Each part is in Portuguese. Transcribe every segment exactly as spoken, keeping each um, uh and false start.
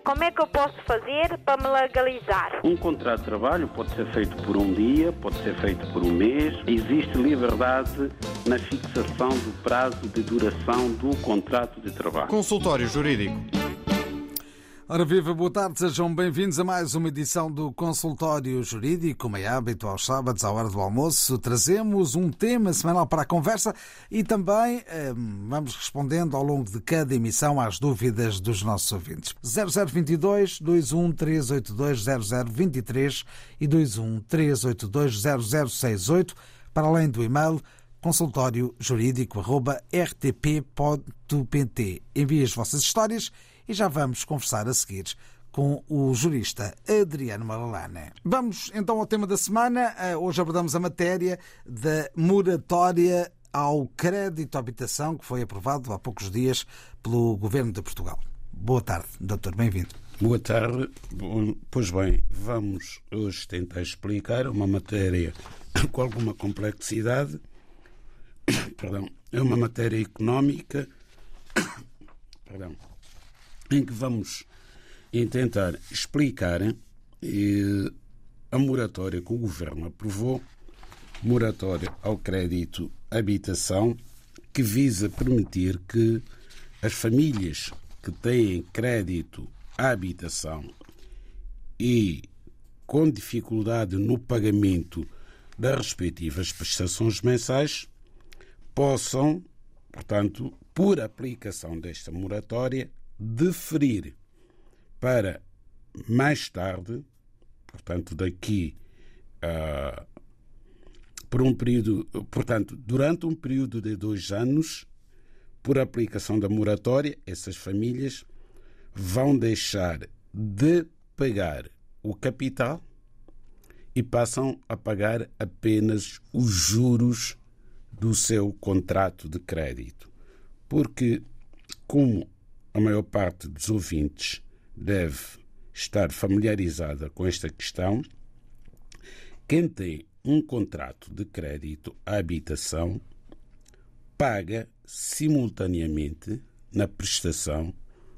Como é que eu posso fazer para me legalizar? Um contrato de trabalho pode ser feito por um dia, pode ser feito por um mês. Existe liberdade na fixação do prazo de duração do contrato de trabalho. Consultório Jurídico. Ora viva, boa tarde, sejam bem-vindos a mais uma edição do Consultório Jurídico. Como é hábito, aos sábados, à hora do almoço, trazemos um tema semanal para a conversa e também eh, vamos respondendo ao longo de cada emissão às dúvidas dos nossos ouvintes. zero zero dois dois, dois um três oito dois, zero zero dois três e dois um três oito dois, zero zero seis oito, para além do e-mail consultório jurídico arroba r t p ponto p t. Envie as vossas histórias e já vamos conversar a seguir com o jurista Adriano Malalane. Vamos então ao tema da semana. Hoje abordamos a matéria da moratória ao crédito à habitação que foi aprovado há poucos dias pelo Governo de Portugal. Boa tarde, doutor, bem-vindo. Boa tarde. Pois bem, vamos hoje tentar explicar uma matéria com alguma complexidade. Perdão, é uma matéria económica. Perdão. Em que vamos tentar explicar eh, a moratória que o Governo aprovou, moratória ao crédito habitação, que visa permitir que as famílias que têm crédito à habitação e com dificuldade no pagamento das respectivas prestações mensais possam, portanto, por aplicação desta moratória, deferir para mais tarde, portanto, daqui a por um período, portanto, durante um período de dois anos, por aplicação da moratória, essas famílias vão deixar de pagar o capital e passam a pagar apenas os juros do seu contrato de crédito. Porque, como a maior parte dos ouvintes deve estar familiarizada com esta questão, quem tem um contrato de crédito à habitação paga simultaneamente na prestação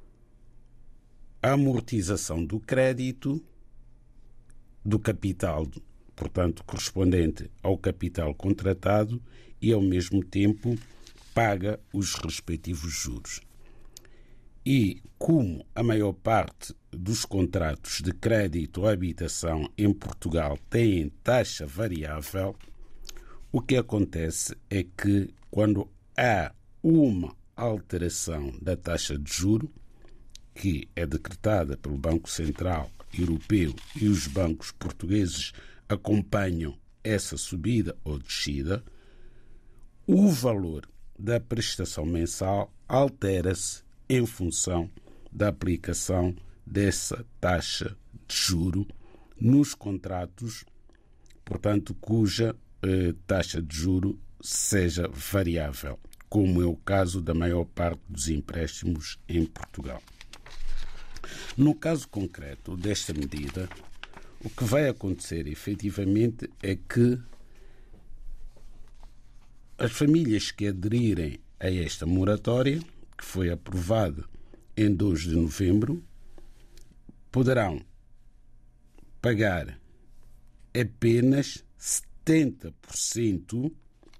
a amortização do crédito, do capital, portanto, correspondente ao capital contratado, e, ao mesmo tempo, paga os respectivos juros. E, como a maior parte dos contratos de crédito à habitação em Portugal têm taxa variável, o que acontece é que, quando há uma alteração da taxa de juro, que é decretada pelo Banco Central Europeu e os bancos portugueses acompanham essa subida ou descida, o valor da prestação mensal altera-se em função da aplicação dessa taxa de juro nos contratos, portanto, cuja eh, taxa de juro seja variável, como é o caso da maior parte dos empréstimos em Portugal. No caso concreto desta medida, o que vai acontecer efetivamente é que as famílias que aderirem a esta moratória, que foi aprovada em dois de novembro, poderão pagar apenas setenta por cento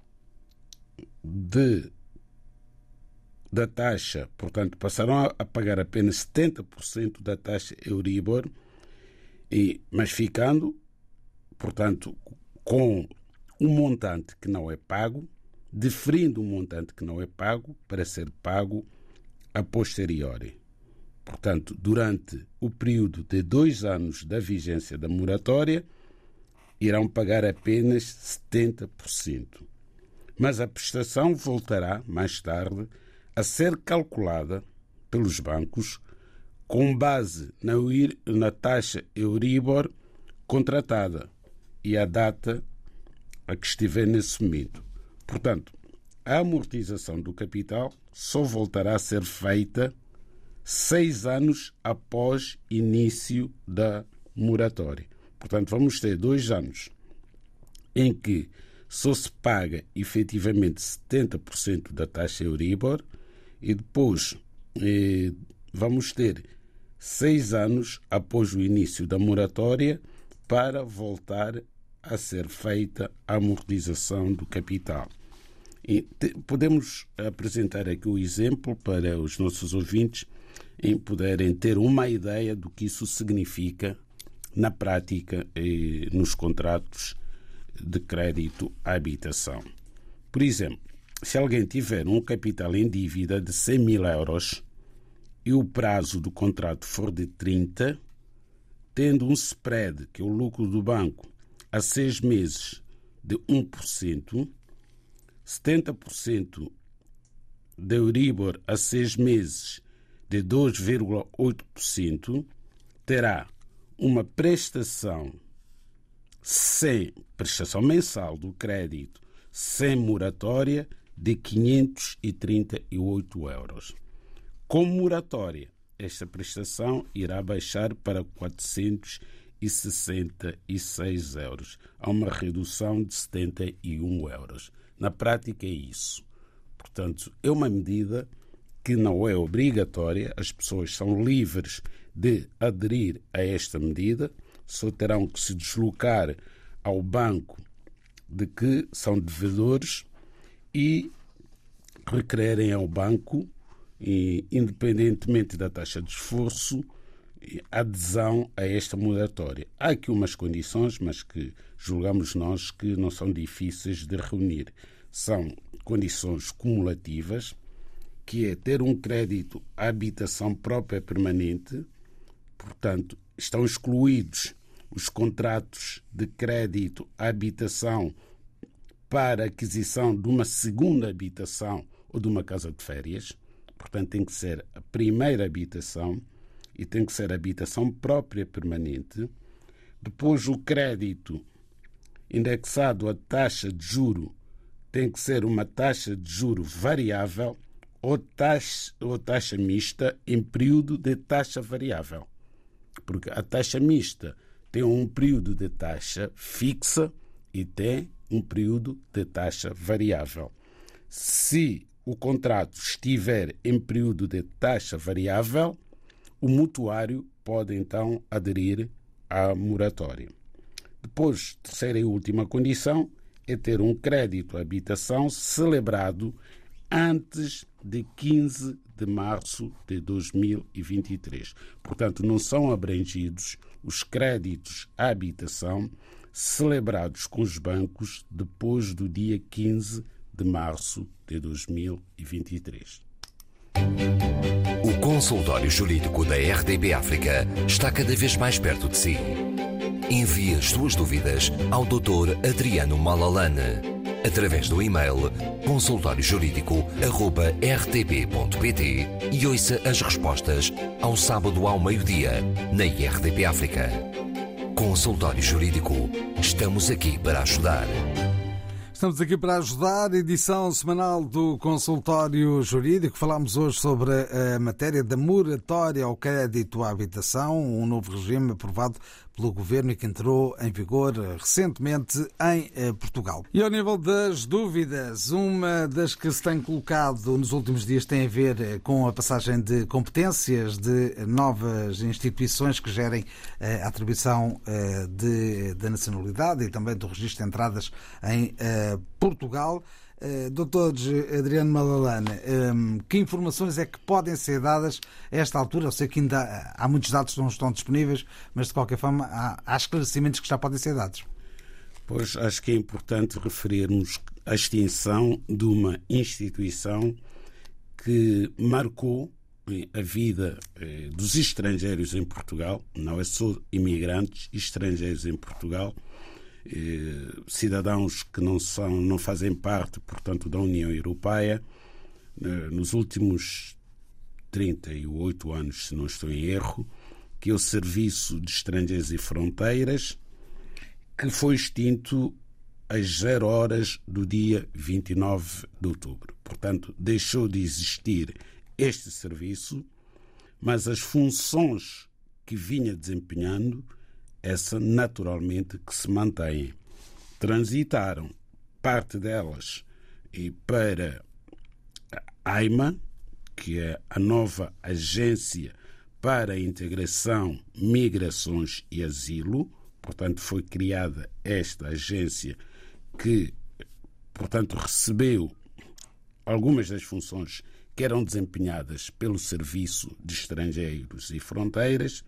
de, da taxa, portanto, passarão a pagar apenas setenta por cento da taxa Euribor, e, mas ficando, portanto, com um montante que não é pago, deferindo um montante que não é pago para ser pago a posteriori. Portanto, durante o período de dois anos da vigência da moratória, irão pagar apenas setenta por cento. Mas a prestação voltará, mais tarde, a ser calculada pelos bancos com base na, na taxa Euribor contratada e a data a que estiver nesse momento. Portanto, a amortização do capital só voltará a ser feita seis anos após início da moratória. Portanto, vamos ter dois anos em que só se paga efetivamente setenta por cento da taxa Euribor e depois eh, vamos ter seis anos após o início da moratória para voltar a ser feita a amortização do capital. E te, podemos apresentar aqui o exemplo para os nossos ouvintes em poderem ter uma ideia do que isso significa na prática e nos contratos de crédito à habitação. Por exemplo, se alguém tiver um capital em dívida de cem mil euros e o prazo do contrato for de trinta, tendo um spread, que é o lucro do banco, a seis meses de um por cento, setenta por cento de Euribor a seis meses de dois vírgula oito por cento, terá uma prestação sem prestação mensal do crédito, sem moratória, de quinhentos e trinta e oito euros. Com moratória, esta prestação irá baixar para quatrocentos e sessenta e seis euros. Há uma redução de setenta e um euros. Na prática é isso. Portanto, é uma medida que não é obrigatória, as pessoas são livres de aderir a esta medida, só terão que se deslocar ao banco de que são devedores e requererem ao banco, e, independentemente da taxa de esforço, adesão a esta moratória. Há aqui umas condições, mas que julgamos nós que não são difíceis de reunir. São condições cumulativas, que é ter um crédito à habitação própria permanente, portanto, estão excluídos os contratos de crédito à habitação para aquisição de uma segunda habitação ou de uma casa de férias. Portanto, tem que ser a primeira habitação e tem que ser a habitação própria permanente. Depois, o crédito indexado à taxa de juro tem que ser uma taxa de juro variável ou taxa, ou taxa mista em período de taxa variável. Porque a taxa mista tem um período de taxa fixa e tem um período de taxa variável. Se o contrato estiver em período de taxa variável, o mutuário pode então aderir à moratória. Depois, terceira e última condição é ter um crédito à habitação celebrado antes de quinze de março de dois mil e vinte e três. Portanto, não são abrangidos os créditos à habitação celebrados com os bancos depois do dia quinze de março de dois mil e vinte e três. O consultório jurídico da R D P África está cada vez mais perto de si. Envie as suas dúvidas ao doutor Adriano Malalane através do e-mail consultório jurídico arroba r t p ponto p t e ouça as respostas ao sábado ao meio-dia na R D P África. Consultório Jurídico. Estamos aqui para ajudar. Estamos aqui para ajudar, edição semanal do Consultório Jurídico. Falámos hoje sobre a matéria da moratória ao crédito à habitação, um novo regime aprovado pelo Governo e que entrou em vigor recentemente em Portugal. E ao nível das dúvidas, uma das que se tem colocado nos últimos dias tem a ver com a passagem de competências de novas instituições que gerem a atribuição de, da nacionalidade e também do registro de entradas em Portugal. doutor Adriano Malalane, que informações é que podem ser dadas a esta altura? Eu sei que ainda há muitos dados que não estão disponíveis, mas de qualquer forma há, há esclarecimentos que já podem ser dados. Pois acho que é importante referirmos a extinção de uma instituição que marcou a vida dos estrangeiros em Portugal, não é só imigrantes, estrangeiros em Portugal, cidadãos que não são, não fazem parte, portanto, da União Europeia. Nos últimos trinta e oito anos, se não estou em erro, que é o Serviço de Estrangeiros e Fronteiras, que foi extinto às zero horas do dia vinte e nove de outubro. Portanto, deixou de existir este serviço, mas as funções que vinha desempenhando, essa naturalmente que se mantém. Transitaram parte delas e para a AIMA, que é a nova Agência para a Integração, Migrações e Asilo. Portanto, foi criada esta agência que, portanto, recebeu algumas das funções que eram desempenhadas pelo Serviço de Estrangeiros e Fronteiras.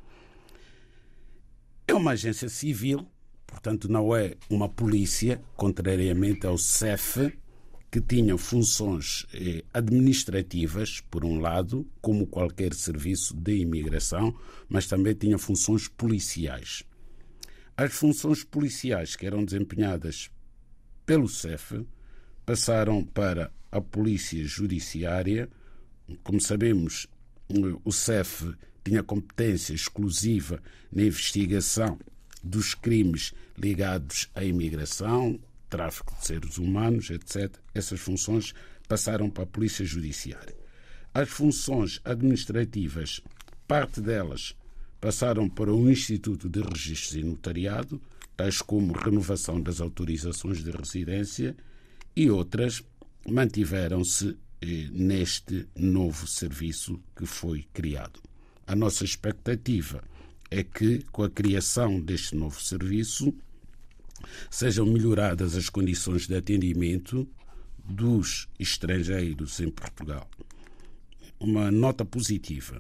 É uma agência civil, portanto, não é uma polícia, contrariamente ao C E F, que tinha funções eh, administrativas, por um lado, como qualquer serviço de imigração, mas também tinha funções policiais. As funções policiais que eram desempenhadas pelo C E F passaram para a Polícia Judiciária. Como sabemos, o C E F tinha competência exclusiva na investigação dos crimes ligados à imigração, tráfico de seres humanos, etcétera. Essas funções passaram para a Polícia Judiciária. As funções administrativas, parte delas passaram para o Instituto de Registros e Notariado, tais como renovação das autorizações de residência, e outras mantiveram-se eh, neste novo serviço que foi criado. A nossa expectativa é que, com a criação deste novo serviço, sejam melhoradas as condições de atendimento dos estrangeiros em Portugal. Uma nota positiva.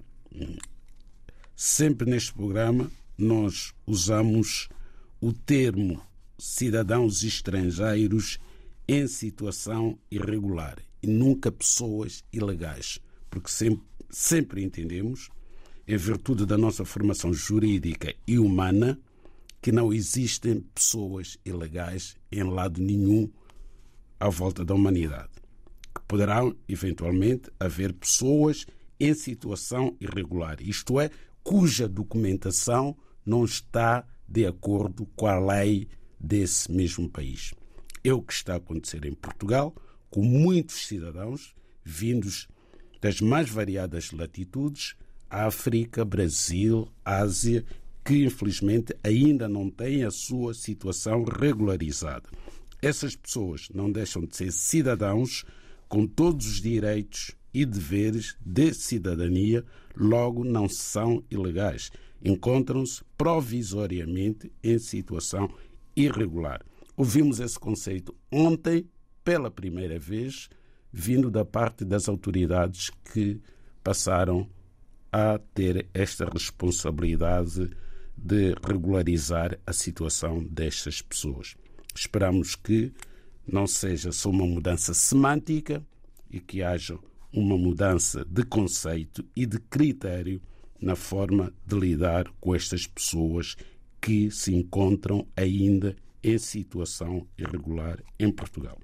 Sempre neste programa nós usamos o termo cidadãos estrangeiros em situação irregular e nunca pessoas ilegais, porque sempre, sempre entendemos, em virtude da nossa formação jurídica e humana, que não existem pessoas ilegais em lado nenhum à volta da humanidade. Que poderão, eventualmente, haver pessoas em situação irregular, isto é, cuja documentação não está de acordo com a lei desse mesmo país. É o que está a acontecer em Portugal, com muitos cidadãos vindos das mais variadas latitudes, África, Brasil, Ásia, que infelizmente ainda não têm a sua situação regularizada. Essas pessoas não deixam de ser cidadãos com todos os direitos e deveres de cidadania, logo não são ilegais. Encontram-se provisoriamente em situação irregular. Ouvimos esse conceito ontem, pela primeira vez, vindo da parte das autoridades que passaram a ter esta responsabilidade de regularizar a situação destas pessoas. Esperamos que não seja só uma mudança semântica e que haja uma mudança de conceito e de critério na forma de lidar com estas pessoas que se encontram ainda em situação irregular em Portugal.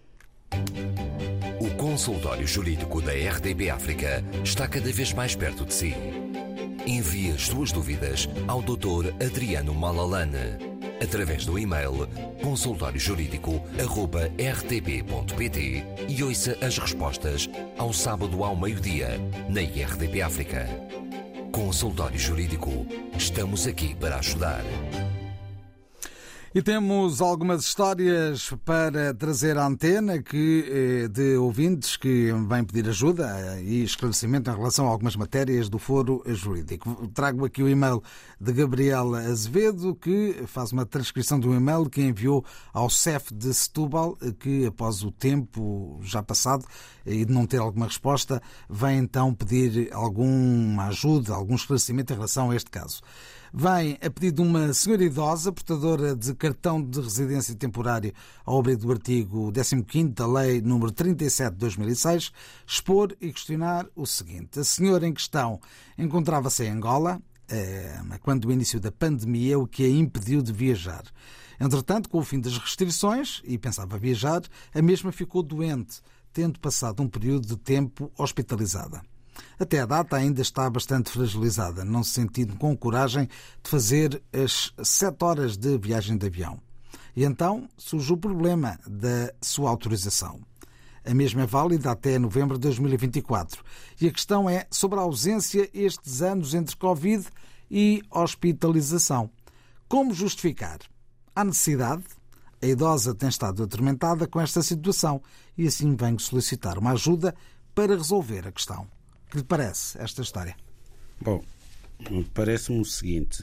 O consultório jurídico da R D P África está cada vez mais perto de si. Envie as suas dúvidas ao doutor Adriano Malalane através do e-mail consultório jurídico arroba r t p ponto p t e ouça as respostas ao sábado ao meio-dia na R D P África. Consultório Jurídico. Estamos aqui para ajudar. E temos algumas histórias para trazer à antena que, de ouvintes que vêm pedir ajuda e esclarecimento em relação a algumas matérias do foro jurídico. Trago aqui o e-mail de Gabriela Azevedo, que faz uma transcrição de um e-mail que enviou ao C E F de Setúbal, que após o tempo já passado e de não ter alguma resposta, vem então pedir alguma ajuda, algum esclarecimento em relação a este caso. Vem a pedido de uma senhora idosa, portadora de cartão de residência temporária ao abrigo do artigo décimo quinto da Lei número trinta e sete de dois mil e seis, expor e questionar o seguinte. A senhora em questão encontrava-se em Angola, quando o início da pandemia, o que a impediu de viajar. Entretanto, com o fim das restrições, e pensava viajar, a mesma ficou doente, tendo passado um período de tempo hospitalizada. Até a data ainda está bastante fragilizada, não se sentindo com coragem de fazer as sete horas de viagem de avião. E então surge o problema da sua autorização. A mesma é válida até novembro de dois mil e vinte e quatro. E a questão é sobre a ausência estes anos entre Covid e hospitalização. Como justificar? Há necessidade? A idosa tem estado atormentada com esta situação e assim venho solicitar uma ajuda para resolver a questão. O que lhe parece esta história? Bom, parece-me o seguinte: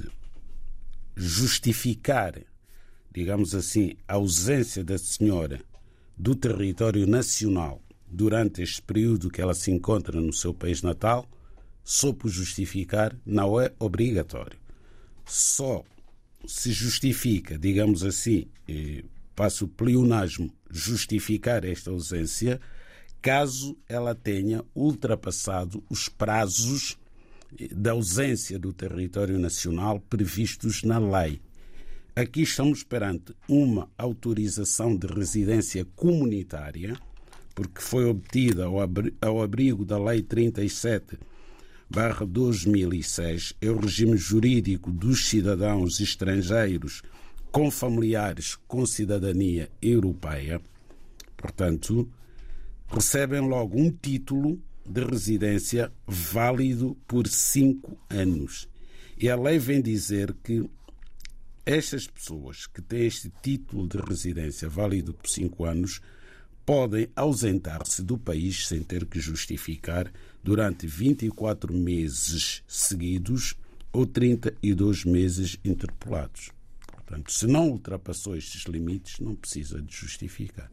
justificar, digamos assim, a ausência da senhora do território nacional durante este período que ela se encontra no seu país natal, só por justificar, não é obrigatório. Só se justifica, digamos assim, eh, passo o pleonasmo, justificar esta ausência, caso ela tenha ultrapassado os prazos da ausência do território nacional previstos na lei. Aqui estamos perante uma autorização de residência comunitária, porque foi obtida ao abrigo da Lei trinta e sete barra dois mil e seis, é o regime jurídico dos cidadãos estrangeiros com familiares com cidadania europeia. Portanto, recebem logo um título de residência válido por cinco anos. E a lei vem dizer que estas pessoas que têm este título de residência válido por cinco anos podem ausentar-se do país sem ter que justificar durante vinte e quatro meses seguidos ou trinta e dois meses interpolados. Portanto, se não ultrapassou estes limites, não precisa de justificar.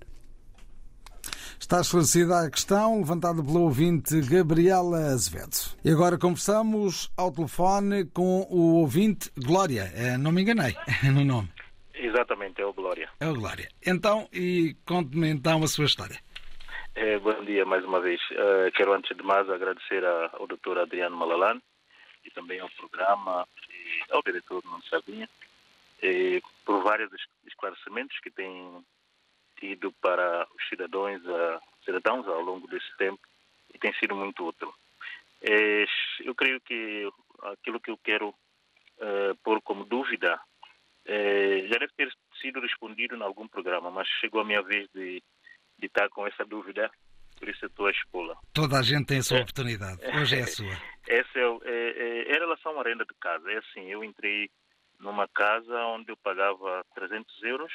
Está esclarecida a questão levantada pelo ouvinte Gabriela Azevedo. E agora conversamos ao telefone com o ouvinte Glória. Não me enganei no nome. Exatamente, é o Glória. É o Glória. Então, e conte-me então a sua história. É, bom dia mais uma vez. Uh, quero antes de mais agradecer ao doutor Adriano Malalane e também ao programa e ao diretor Nuno Sardinha e por vários esclarecimentos que têm tido para os cidadãos, uh, cidadãos ao longo desse tempo e tem sido muito útil. É, eu creio que aquilo que eu quero uh, pôr como dúvida é, já deve ter sido respondido em algum programa, mas chegou a minha vez de, de estar com essa dúvida, por isso eu estou a expô-la. Toda a gente tem a sua é. oportunidade, hoje é a sua. Essa é, é, é, é em relação à renda de casa. É assim, eu entrei numa casa onde eu pagava trezentos euros,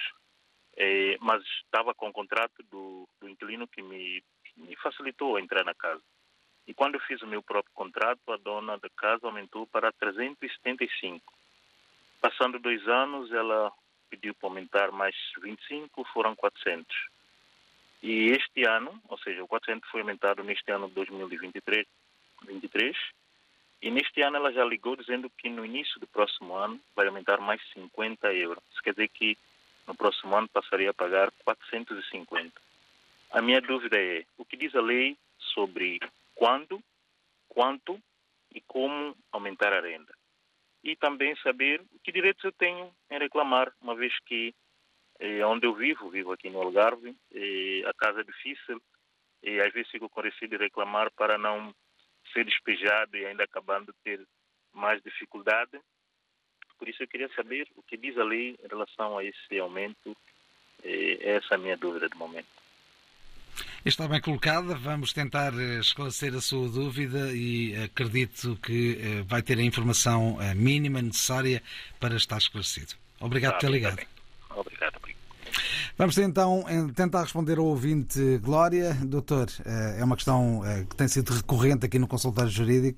é, mas estava com o contrato do, do inquilino que me, me facilitou a entrar na casa. E quando eu fiz o meu próprio contrato, a dona da casa aumentou para trezentos e setenta e cinco. Passando dois anos, ela pediu para aumentar mais vinte e cinco, foram quatrocentos. E este ano, ou seja, o quatrocentos foi aumentado neste ano de dois mil e vinte e três, vinte e três, e neste ano ela já ligou dizendo que no início do próximo ano vai aumentar mais cinquenta euros. Isso quer dizer que no próximo ano passaria a pagar quatrocentos e cinquenta. A minha dúvida é, o que diz a lei sobre quando, quanto e como aumentar a renda? E também saber que direitos eu tenho em reclamar, uma vez que eh, onde eu vivo, vivo aqui no Algarve, eh, a casa é difícil e às vezes fico com receio de reclamar para não ser despejado e ainda acabando de ter mais dificuldade. Por isso eu queria saber o que diz a lei em relação a esse aumento. Eh, essa é a minha dúvida de momento. Está bem colocada, vamos tentar esclarecer a sua dúvida e acredito que vai ter a informação mínima necessária para estar esclarecido. Obrigado por ter ligado. Obrigado, obrigado. Vamos então tentar responder ao ouvinte Glória. Doutor, é uma questão que tem sido recorrente aqui no consultório jurídico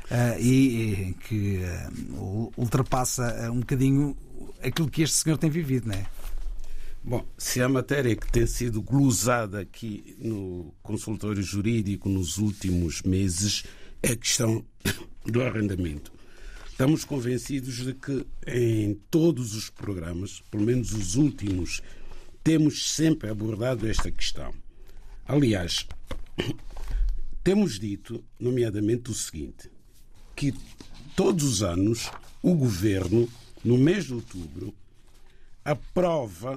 e que ultrapassa um bocadinho aquilo que este senhor tem vivido, não é? Bom, se a matéria que tem sido glosada aqui no consultório jurídico nos últimos meses é a questão do arrendamento. Estamos convencidos de que em todos os programas, pelo menos os últimos, temos sempre abordado esta questão. Aliás, temos dito, nomeadamente, o seguinte, que todos os anos o Governo, no mês de outubro, aprova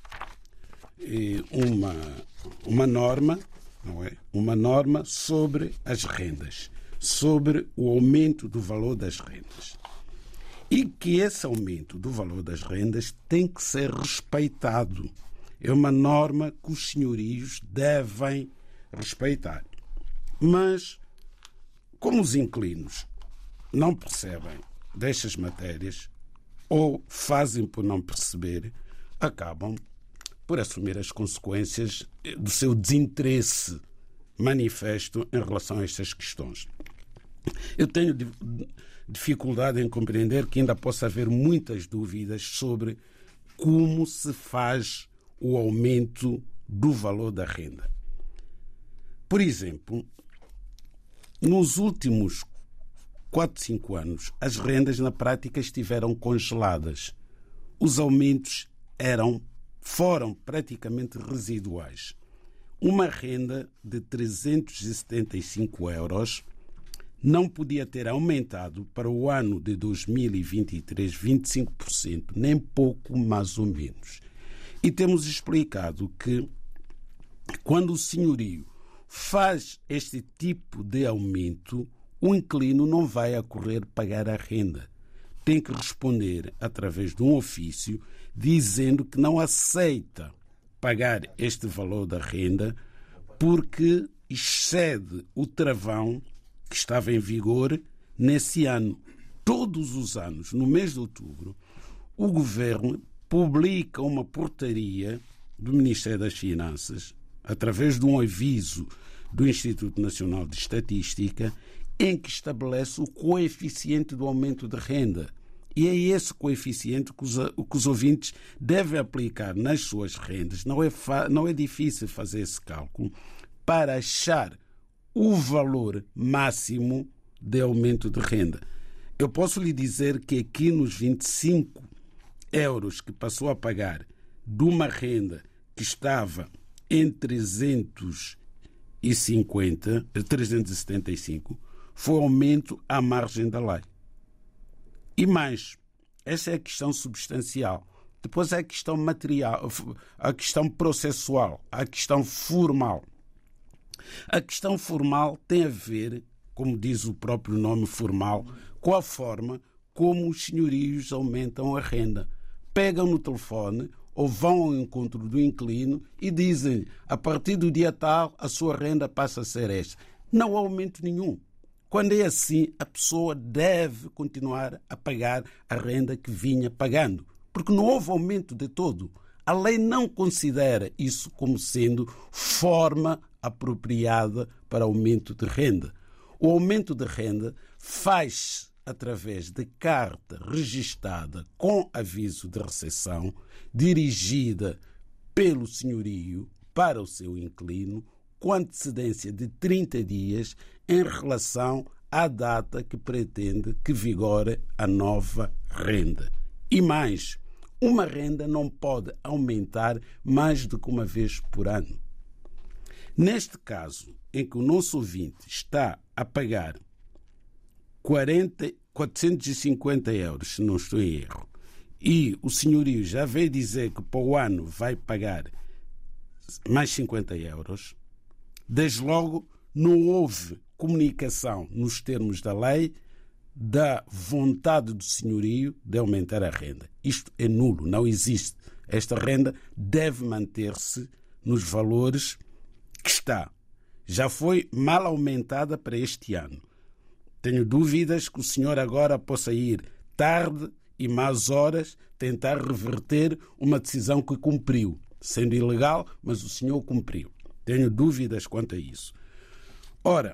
Uma, uma norma, não é? Uma norma sobre as rendas, sobre o aumento do valor das rendas. E que esse aumento do valor das rendas tem que ser respeitado. É uma norma que os senhorios devem respeitar. Mas, como os inquilinos não percebem destas matérias, ou fazem por não perceber, acabam por assumir as consequências do seu desinteresse manifesto em relação a estas questões. Eu tenho dificuldade em compreender que ainda possa haver muitas dúvidas sobre como se faz o aumento do valor da renda. Por exemplo, nos últimos quatro, cinco anos, as rendas na prática estiveram congeladas. Os aumentos eram, foram praticamente residuais. Uma renda de trezentos e setenta e cinco euros não podia ter aumentado para o ano de dois mil e vinte e três vinte e cinco por cento, nem pouco mais ou menos. E temos explicado que quando o senhorio faz este tipo de aumento, o inquilino não vai a correr pagar a renda. Tem que responder através de um ofício dizendo que não aceita pagar este valor da renda porque excede o travão que estava em vigor nesse ano. Todos os anos, no mês de outubro, o Governo publica uma portaria do Ministério das Finanças, através de um aviso do Instituto Nacional de Estatística, em que estabelece o coeficiente do aumento de renda. E é esse coeficiente que os, que os ouvintes devem aplicar nas suas rendas. Não é, fa- não é difícil fazer esse cálculo para achar o valor máximo de aumento de renda. Eu posso lhe dizer que aqui nos vinte e cinco euros que passou a pagar de uma renda que estava em trezentos e cinquenta, trezentos e setenta e cinco, foi aumento à margem da lei. E mais, essa é a questão substancial. Depois é a questão material, a questão processual, a questão formal. A questão formal tem a ver, como diz o próprio nome formal, com a forma como os senhorios aumentam a renda. Pegam no telefone ou vão ao encontro do inquilino e dizem, a partir do dia tal, a sua renda passa a ser esta. Não há aumento nenhum. Quando é assim, a pessoa deve continuar a pagar a renda que vinha pagando, porque não houve aumento de todo. A lei não considera isso como sendo forma apropriada para aumento de renda. O aumento de renda faz-se através de carta registada com aviso de recepção, dirigida pelo senhorio para o seu inquilino, com antecedência de trinta dias em relação à data que pretende que vigore a nova renda. E mais, uma renda não pode aumentar mais do que uma vez por ano. Neste caso, em que o nosso ouvinte está a pagar quarenta, quatrocentos e cinquenta euros, se não estou em erro, e o senhorio já veio dizer que para o ano vai pagar mais cinquenta euros, desde logo não houve comunicação nos termos da lei da vontade do senhorio de aumentar a renda. Isto é nulo, não existe. Esta renda deve manter-se nos valores que está. Já foi mal aumentada para este ano. Tenho dúvidas que o senhor agora possa ir tarde e más horas tentar reverter uma decisão que cumpriu, sendo ilegal, mas o senhor cumpriu. Tenho dúvidas quanto a isso. Ora,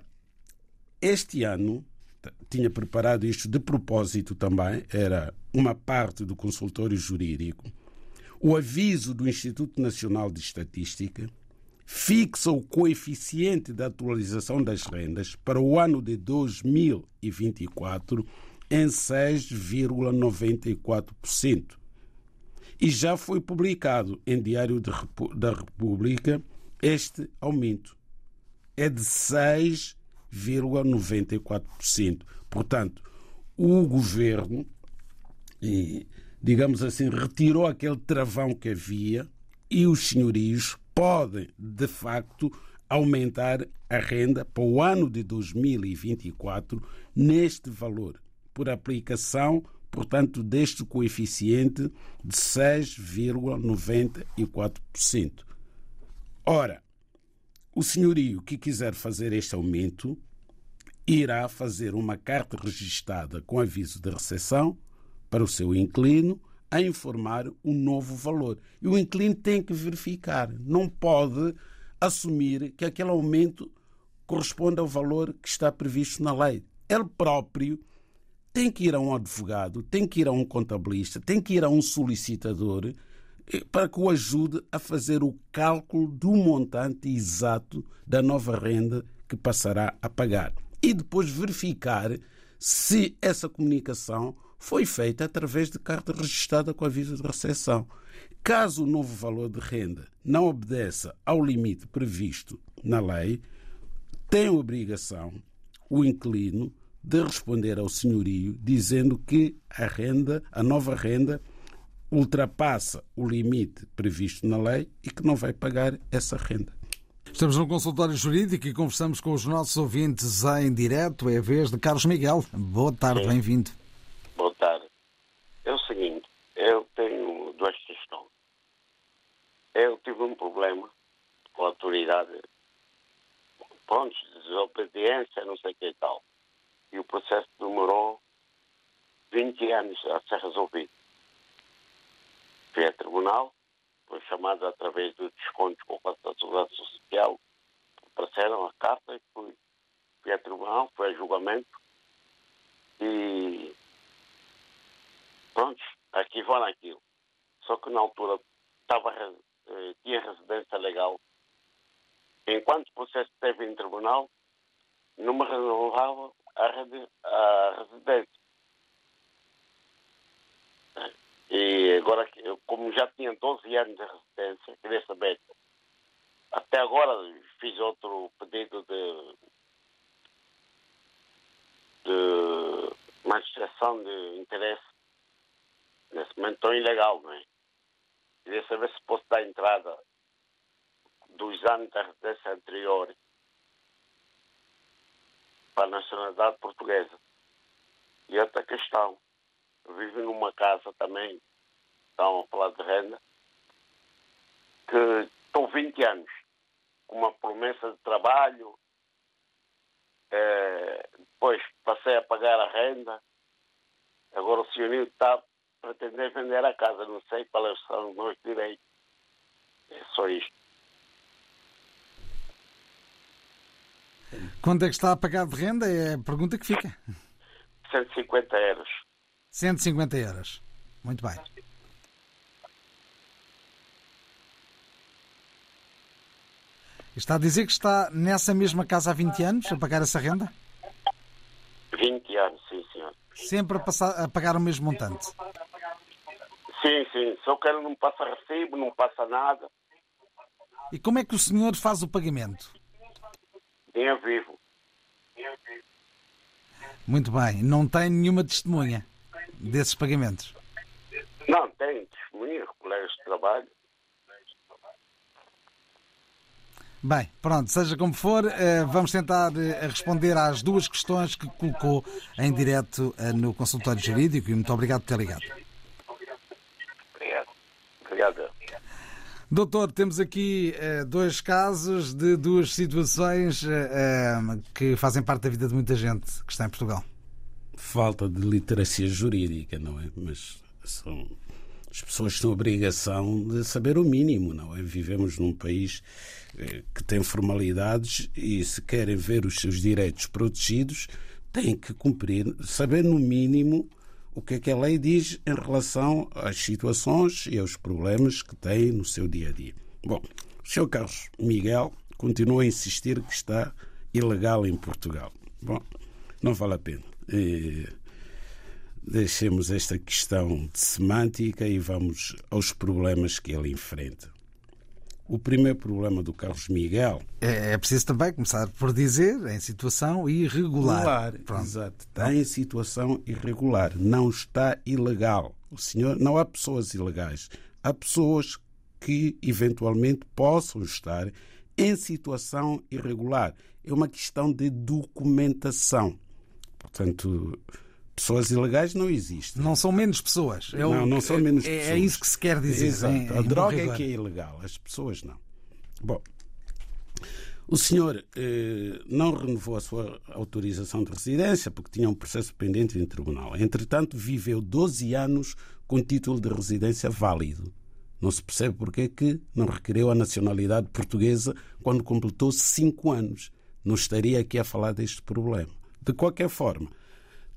este ano, tinha preparado isto de propósito também, era uma parte do consultório jurídico, o aviso do Instituto Nacional de Estatística fixa o coeficiente de atualização das rendas para o ano de dois mil e vinte e quatro em seis vírgula noventa e quatro por cento. E já foi publicado em Diário da República este aumento. É de seis vírgula noventa e quatro por cento. Portanto, o governo, digamos assim, retirou aquele travão que havia e os senhorios podem, de facto, aumentar a renda para o ano de dois mil e vinte e quatro neste valor, por aplicação, portanto, deste coeficiente de seis vírgula noventa e quatro por cento. Ora, o senhorio que quiser fazer este aumento irá fazer uma carta registada com aviso de recepção para o seu inquilino a informar o novo valor. E o inquilino tem que verificar, não pode assumir que aquele aumento corresponde ao valor que está previsto na lei. Ele próprio tem que ir a um advogado, tem que ir a um contabilista, tem que ir a um solicitador para que o ajude a fazer o cálculo do montante exato da nova renda que passará a pagar. E depois verificar se essa comunicação foi feita através de carta registada com aviso de recepção. Caso o novo valor de renda não obedeça ao limite previsto na lei, tem a obrigação o inquilino de responder ao senhorio dizendo que a renda, a nova renda, ultrapassa o limite previsto na lei e que não vai pagar essa renda. Estamos no consultório jurídico e conversamos com os nossos ouvintes em direto. É a vez de Carlos Miguel. Boa tarde, Sim. Bem-vindo. Boa tarde. É o seguinte, eu tenho duas questões. Eu tive um problema com a autoridade, pronto, desobediência, não sei o que e tal. E o processo demorou vinte anos a ser resolvido. Fui a tribunal, foi chamado através do desconto com a Segurança Social, apareceram a carta e fui, fui a tribunal, fui a julgamento e pronto, aqui vai naquilo. Só que na altura estava, tinha residência legal. Enquanto o processo esteve em tribunal, não me renovava a, rede, a residência. E agora, como já tinha doze anos de residência, queria saber, até agora fiz outro pedido de, de manifestação de interesse. Nesse momento estou ilegal, não é? Queria saber se posso dar entrada dos anos da residência anterior para a nacionalidade portuguesa. E outra questão, eu vivo numa casa também, estão a falar de renda, que estou vinte anos, com uma promessa de trabalho, é, depois passei a pagar a renda, agora o senhorio está a pretender vender a casa, não sei quais são os meus direitos. É só isto. Quanto é que está a pagar de renda? É a pergunta que fica. cento e cinquenta euros. cento e cinquenta euros. Muito bem. Está a dizer que está nessa mesma casa há vinte anos a pagar essa renda? vinte anos, sim, senhor. Sempre a, passar, a pagar o mesmo montante? Sim, sim. Só que ele não passa recibo, não passa nada. E como é que o senhor faz o pagamento? Dinheiro vivo. Muito bem. Não tem nenhuma testemunha desses pagamentos? Não, tem testemunha, colegas de trabalho. Bem, pronto, seja como for, vamos tentar responder às duas questões que colocou em direto no consultório jurídico e muito obrigado por ter ligado. Obrigado. Obrigado. Doutor, temos aqui dois casos de duas situações que fazem parte da vida de muita gente que está em Portugal. Falta de literacia jurídica, não é? Mas são... as pessoas têm a obrigação de saber o mínimo, não é? Vivemos num país que tem formalidades e se querem ver os seus direitos protegidos, têm que cumprir, saber no mínimo o que é que a lei diz em relação às situações e aos problemas que têm no seu dia-a-dia. Bom, o senhor Carlos Miguel continua a insistir que está ilegal em Portugal. Bom, não vale a pena. E... deixemos esta questão de semântica e vamos aos problemas que ele enfrenta. O primeiro problema do Carlos Miguel... É, é preciso também começar por dizer em situação irregular. Irregular, exato. Está em situação irregular. Não está ilegal. O senhor, não há pessoas ilegais. Há pessoas que eventualmente possam estar em situação irregular. É uma questão de documentação. Portanto... pessoas ilegais não existem. Não são menos pessoas. É não, o, não são menos é, pessoas. É isso que se quer dizer. Exato. Em, a em droga é que é ilegal, as pessoas não. Bom, o senhor eh, não renovou a sua autorização de residência porque tinha um processo pendente em tribunal. Entretanto, viveu doze anos com título de residência válido. Não se percebe porque é que não requereu a nacionalidade portuguesa quando completou cinco anos. Não estaria aqui a falar deste problema. De qualquer forma,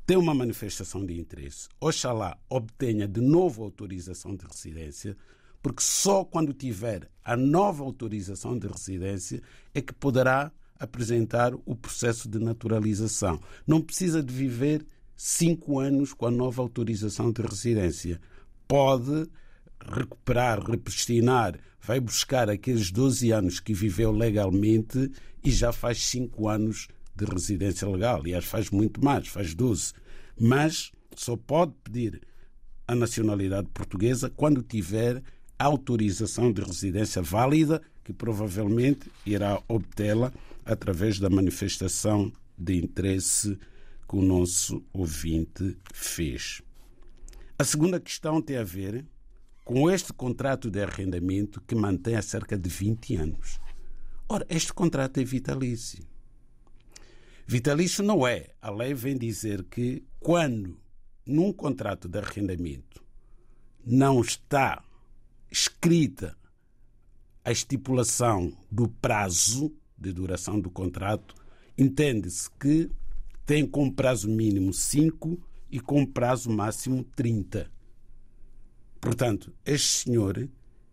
tem uma manifestação de interesse, oxalá obtenha de novo autorização de residência, porque só quando tiver a nova autorização de residência é que poderá apresentar o processo de naturalização. Não precisa de viver cinco anos com a nova autorização de residência. Pode recuperar, repristinar, vai buscar aqueles doze anos que viveu legalmente e já faz cinco anos de residência legal. Aliás, faz muito mais, faz doze. Mas só pode pedir a nacionalidade portuguesa quando tiver a autorização de residência válida, que provavelmente irá obtê-la através da manifestação de interesse que o nosso ouvinte fez. A segunda questão tem a ver com este contrato de arrendamento que mantém há cerca de vinte anos. Ora, este contrato é vitalício. Vitalício não é. A lei vem dizer que quando num contrato de arrendamento não está escrita a estipulação do prazo de duração do contrato, entende-se que tem como prazo mínimo cinco e com prazo máximo trinta. Portanto, este senhor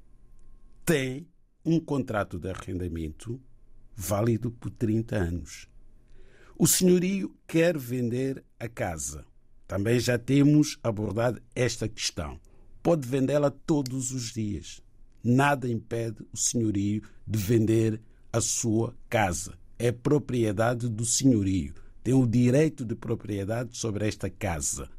tem um contrato de arrendamento válido por trinta anos. O senhorio quer vender a casa. Também já temos abordado esta questão. Pode vendê-la todos os dias. Nada impede o senhorio de vender a sua casa. É propriedade do senhorio. Tem o direito de propriedade sobre esta casa.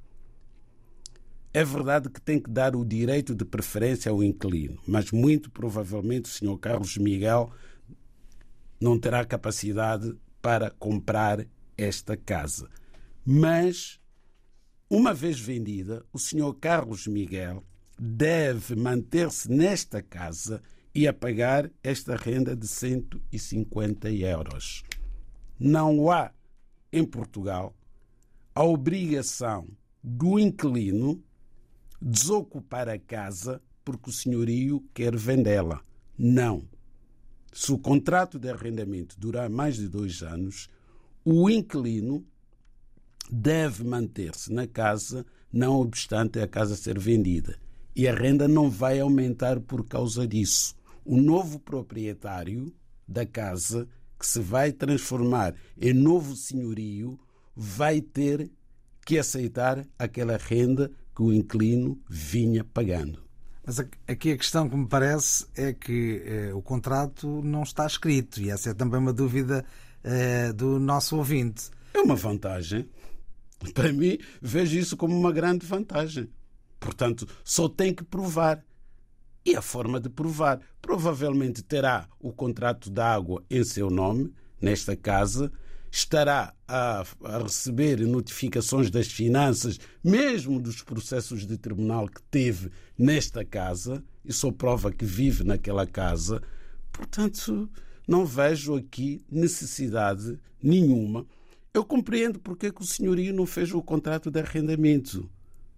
É verdade que tem que dar o direito de preferência ao inquilino, mas muito provavelmente o senhor Carlos Miguel não terá capacidade para comprar esta casa. Mas, uma vez vendida, o senhor Carlos Miguel deve manter-se nesta casa e a pagar esta renda de cento e cinquenta euros. Não há, em Portugal, a obrigação do inquilino desocupar a casa porque o senhorio quer vendê-la. Não. Se o contrato de arrendamento durar mais de dois anos, o inquilino deve manter-se na casa, não obstante a casa ser vendida. E a renda não vai aumentar por causa disso. O novo proprietário da casa, que se vai transformar em novo senhorio, vai ter que aceitar aquela renda que o inquilino vinha pagando. Mas aqui a questão que me parece é que eh, o contrato não está escrito, e essa é também uma dúvida eh, do nosso ouvinte. É uma vantagem. Para mim, vejo isso como uma grande vantagem. Portanto, só tem que provar. E a forma de provar? Provavelmente terá o contrato de água em seu nome, nesta casa, estará a, a receber notificações das finanças, mesmo dos processos de tribunal que teve nesta casa, e só prova que vive naquela casa. Portanto, não vejo aqui necessidade nenhuma. Eu compreendo porque é que o senhorio não fez o contrato de arrendamento.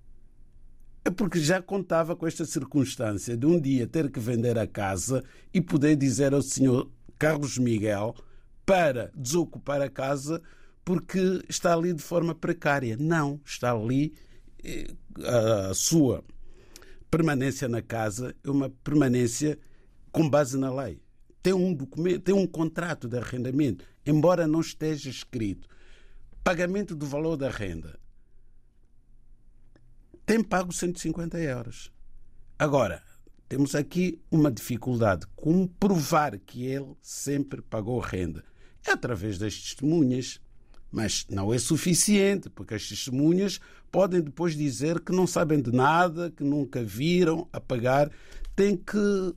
É porque já contava com esta circunstância de um dia ter que vender a casa e poder dizer ao senhor Carlos Miguel para desocupar a casa porque está ali de forma precária. Não, está ali, a sua permanência na casa é uma permanência com base na lei. Tem um documento, tem um contrato de arrendamento, embora não esteja escrito. Pagamento do valor da renda. Tem pago cento e cinquenta euros. Agora, temos aqui uma dificuldade. Como provar que ele sempre pagou renda? É através das testemunhas. Mas não é suficiente, porque as testemunhas podem depois dizer que não sabem de nada, que nunca viram a pagar. Tem que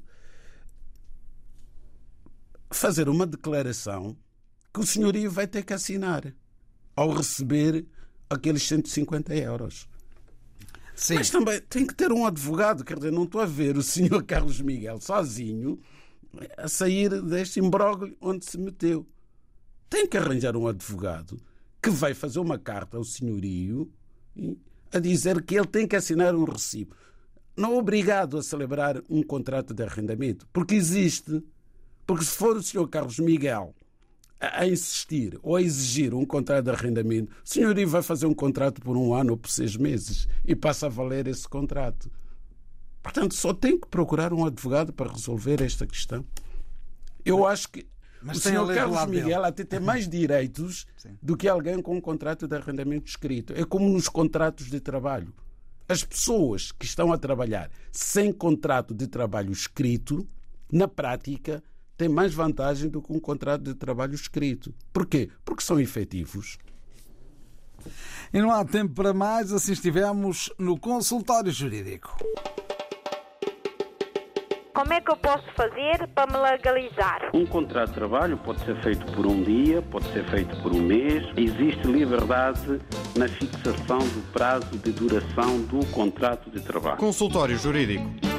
fazer uma declaração que o senhorio vai ter que assinar ao receber aqueles cento e cinquenta euros. Sim. Mas também tem que ter um advogado, quer dizer, não estou a ver o senhor Carlos Miguel sozinho a sair deste imbróglio onde se meteu. Tem que arranjar um advogado que vai fazer uma carta ao senhorio a dizer que ele tem que assinar um recibo. Não é obrigado a celebrar um contrato de arrendamento, porque existe. Porque se for o senhor Carlos Miguel a insistir ou a exigir um contrato de arrendamento, o senhorio vai fazer um contrato por um ano ou por seis meses e passa a valer esse contrato. Portanto, só tem que procurar um advogado para resolver esta questão. Eu acho que Mas o senhor Carlos Miguel até tem mais direitos Sim. do que alguém com um contrato de arrendamento escrito. É como nos contratos de trabalho. As pessoas que estão a trabalhar sem contrato de trabalho escrito, na prática, têm mais vantagem do que um contrato de trabalho escrito. Porquê? Porque são efetivos. E não há tempo para mais, assim estivemos no consultório jurídico. Como é que eu posso fazer para me legalizar? Um contrato de trabalho pode ser feito por um dia, pode ser feito por um mês. Existe liberdade na fixação do prazo de duração do contrato de trabalho. Consultório Jurídico.